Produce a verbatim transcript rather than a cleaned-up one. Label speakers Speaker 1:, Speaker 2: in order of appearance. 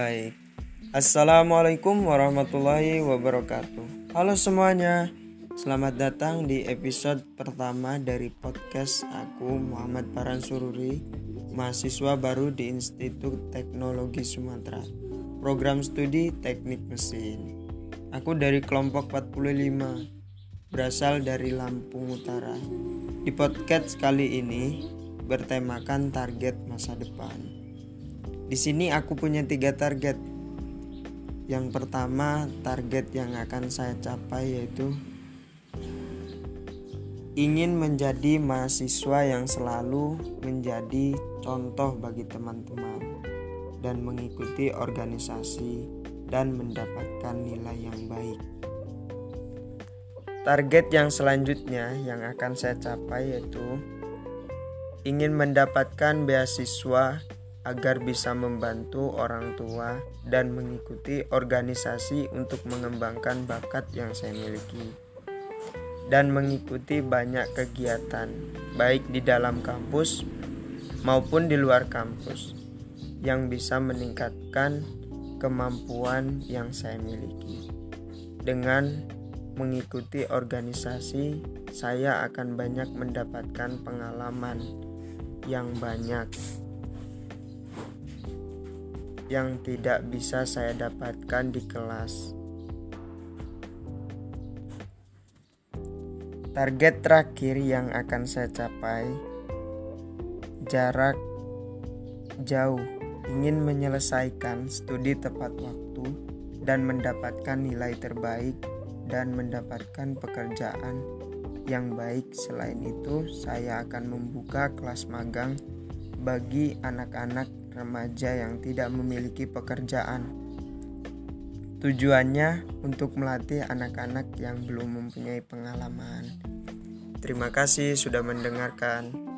Speaker 1: Baik. Assalamualaikum warahmatullahi wabarakatuh. Halo semuanya. Selamat datang di episode pertama dari podcast aku, Muhammad Farhan Sururi, mahasiswa baru di Institut Teknologi Sumatera, program studi Teknik Mesin. Aku dari kelompok empat puluh lima, berasal dari Lampung Utara. Di podcast kali ini bertemakan target masa depan. Di sini aku punya tiga target. Yang pertama, target yang akan saya capai yaitu ingin menjadi mahasiswa yang selalu menjadi contoh bagi teman-teman dan mengikuti organisasi dan mendapatkan nilai yang baik. Target yang selanjutnya yang akan saya capai yaitu ingin mendapatkan beasiswa agar bisa membantu orang tua dan mengikuti organisasi untuk mengembangkan bakat yang saya miliki dan mengikuti banyak kegiatan baik di dalam kampus maupun di luar kampus yang bisa meningkatkan kemampuan yang saya miliki. Dengan mengikuti organisasi, saya akan banyak mendapatkan pengalaman yang banyak yang tidak bisa saya dapatkan di kelas. Target terakhir yang akan saya capai, jarak jauh, ingin menyelesaikan studi tepat waktu dan mendapatkan nilai terbaik dan mendapatkan pekerjaan yang baik. Selain itu, saya akan membuka kelas magang bagi anak-anak remaja yang tidak memiliki pekerjaan. Tujuannya untuk melatih anak-anak yang belum mempunyai pengalaman. Terima kasih sudah mendengarkan.